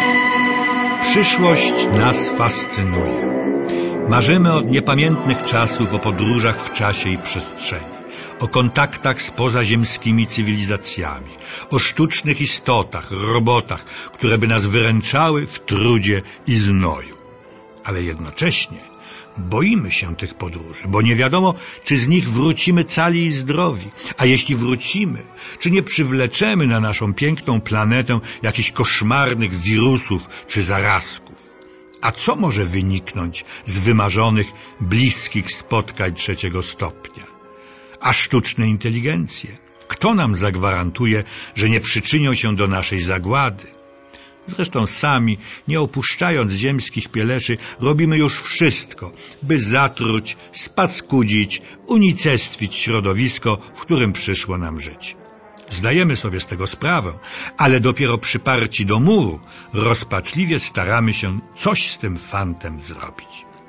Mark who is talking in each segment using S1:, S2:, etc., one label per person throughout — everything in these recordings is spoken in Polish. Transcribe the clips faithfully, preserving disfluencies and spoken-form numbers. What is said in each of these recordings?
S1: Przyszłość nas fascynuje. Marzymy od niepamiętnych czasów o podróżach w czasie i przestrzeni, o kontaktach z pozaziemskimi cywilizacjami, o sztucznych istotach, robotach, które by nas wyręczały w trudzie i znoju. Ale jednocześnie boimy się tych podróży, bo nie wiadomo, czy z nich wrócimy cali i zdrowi, a jeśli wrócimy, czy nie przywleczemy na naszą piękną planetę jakichś koszmarnych wirusów czy zarazków. A co może wyniknąć z wymarzonych, bliskich spotkań trzeciego stopnia? A sztuczne inteligencje? Kto nam zagwarantuje, że nie przyczynią się do naszej zagłady? Zresztą sami, nie opuszczając ziemskich pieleszy, robimy już wszystko, by zatruć, spaskudzić, unicestwić środowisko, w którym przyszło nam żyć. Zdajemy sobie z tego sprawę, ale dopiero przyparci do muru rozpaczliwie staramy się coś z tym fantem zrobić.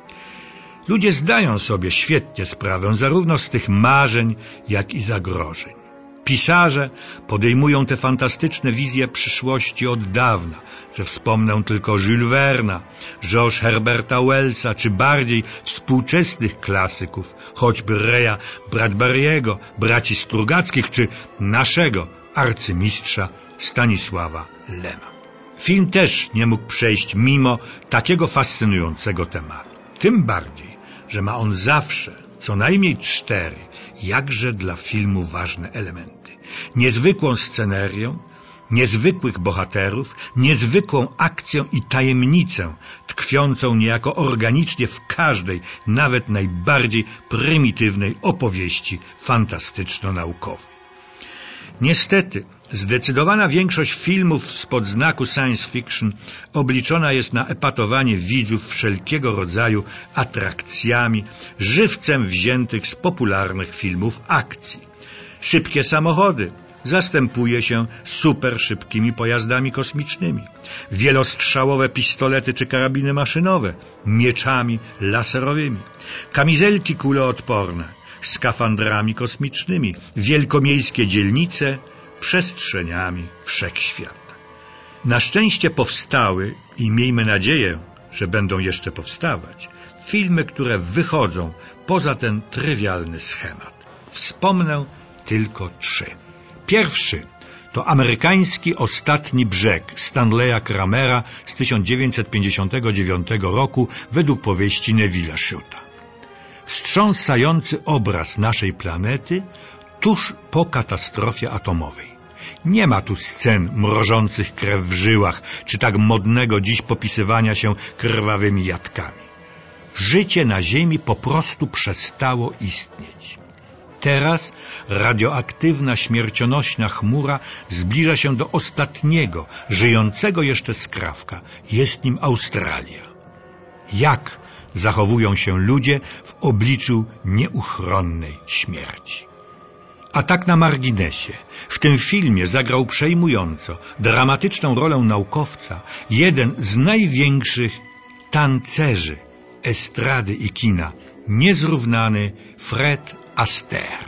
S1: Ludzie zdają sobie świetnie sprawę zarówno z tych marzeń, jak i zagrożeń. Pisarze podejmują te fantastyczne wizje przyszłości od dawna, że wspomnę tylko Jules Verne'a, George Herberta Wellsa, czy bardziej współczesnych klasyków, choćby Raya Bradbury'ego, braci Strugackich, czy naszego arcymistrza Stanisława Lema. Film też nie mógł przejść mimo takiego fascynującego tematu. Tym bardziej, że ma on zawsze co najmniej cztery, jakże dla filmu ważne elementy. Niezwykłą scenerię, niezwykłych bohaterów, niezwykłą akcję i tajemnicę, tkwiącą niejako organicznie w każdej, nawet najbardziej prymitywnej opowieści fantastyczno-naukowej. Niestety, zdecydowana większość filmów spod znaku science fiction obliczona jest na epatowanie widzów wszelkiego rodzaju atrakcjami, żywcem wziętych z popularnych filmów akcji. Szybkie samochody zastępuje się super szybkimi pojazdami kosmicznymi, wielostrzałowe pistolety czy karabiny maszynowe, mieczami laserowymi, kamizelki kuloodporne, skafandrami kosmicznymi, wielkomiejskie dzielnice przestrzeniami wszechświata. Na szczęście powstały i miejmy nadzieję, że będą jeszcze powstawać, filmy, które wychodzą poza ten trywialny schemat. Wspomnę tylko trzy. Pierwszy to amerykański Ostatni brzeg Stanleya Kramera z tysiąc dziewięćset pięćdziesiątego dziewiątego roku według powieści Neville'a Shuta. Wstrząsający obraz naszej planety tuż po katastrofie atomowej. Nie ma tu scen mrożących krew w żyłach, czy tak modnego dziś popisywania się krwawymi jadkami. Życie na Ziemi po prostu przestało istnieć. Teraz radioaktywna, śmiercionośna chmura zbliża się do ostatniego, żyjącego jeszcze skrawka. Jest nim Australia. Jak zachowują się ludzie w obliczu nieuchronnej śmierci? A tak na marginesie, w tym filmie zagrał przejmująco dramatyczną rolę naukowca jeden z największych tancerzy estrady i kina, niezrównany Fred Astaire.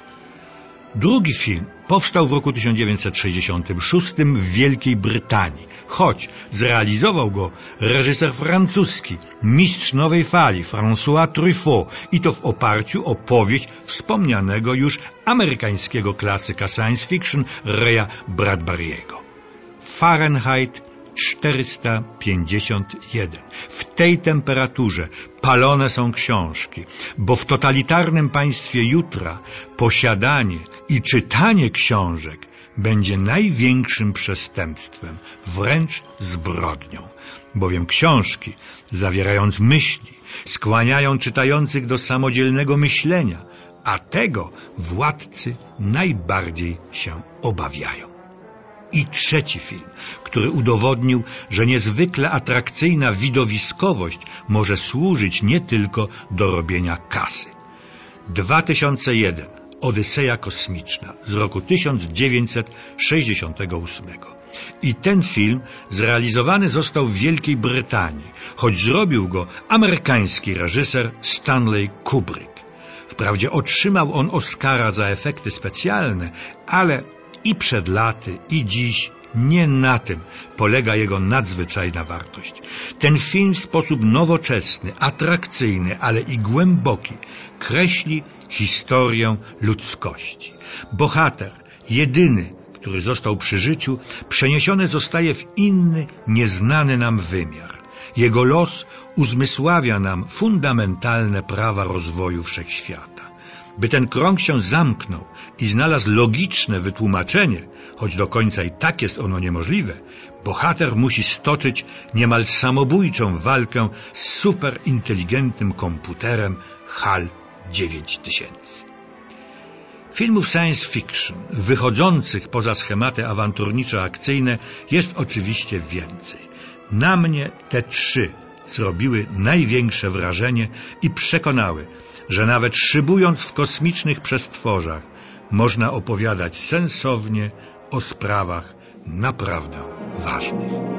S1: Drugi film powstał w roku tysiąc dziewięćset sześćdziesiątym szóstym w Wielkiej Brytanii, choć zrealizował go reżyser francuski, mistrz nowej fali François Truffaut, i to w oparciu o powieść wspomnianego już amerykańskiego klasyka science fiction Raya Bradbury'ego. Fahrenheit czterysta pięćdziesiąt jeden. W tej temperaturze palone są książki, bo w totalitarnym państwie jutra posiadanie i czytanie książek będzie największym przestępstwem, wręcz zbrodnią, bowiem książki, zawierając myśli, skłaniają czytających do samodzielnego myślenia, a tego władcy najbardziej się obawiają. I trzeci film, który udowodnił, że niezwykle atrakcyjna widowiskowość może służyć nie tylko do robienia kasy. dwa tysiące jeden. Odyseja kosmiczna z roku tysiąc dziewięćset sześćdziesiątego ósmego. I ten film zrealizowany został w Wielkiej Brytanii, choć zrobił go amerykański reżyser Stanley Kubrick. Wprawdzie otrzymał on Oscara za efekty specjalne, ale i przed laty, i dziś Nie na tym polega jego nadzwyczajna wartość. Ten film w sposób nowoczesny, atrakcyjny, ale i głęboki kreśli historię ludzkości. Bohater, jedyny, który został przy życiu, przeniesiony zostaje w inny, nieznany nam wymiar. Jego los uzmysławia nam fundamentalne prawa rozwoju wszechświata. By ten krąg się zamknął i znalazł logiczne wytłumaczenie, choć do końca i tak jest ono niemożliwe, bohater musi stoczyć niemal samobójczą walkę z superinteligentnym komputerem HAL dziewięć tysięcy. Filmów science fiction wychodzących poza schematy awanturniczo-akcyjne jest oczywiście więcej. Na mnie te trzy zrobiły największe wrażenie i przekonały, że nawet szybując w kosmicznych przestworzach można opowiadać sensownie o sprawach naprawdę ważnych.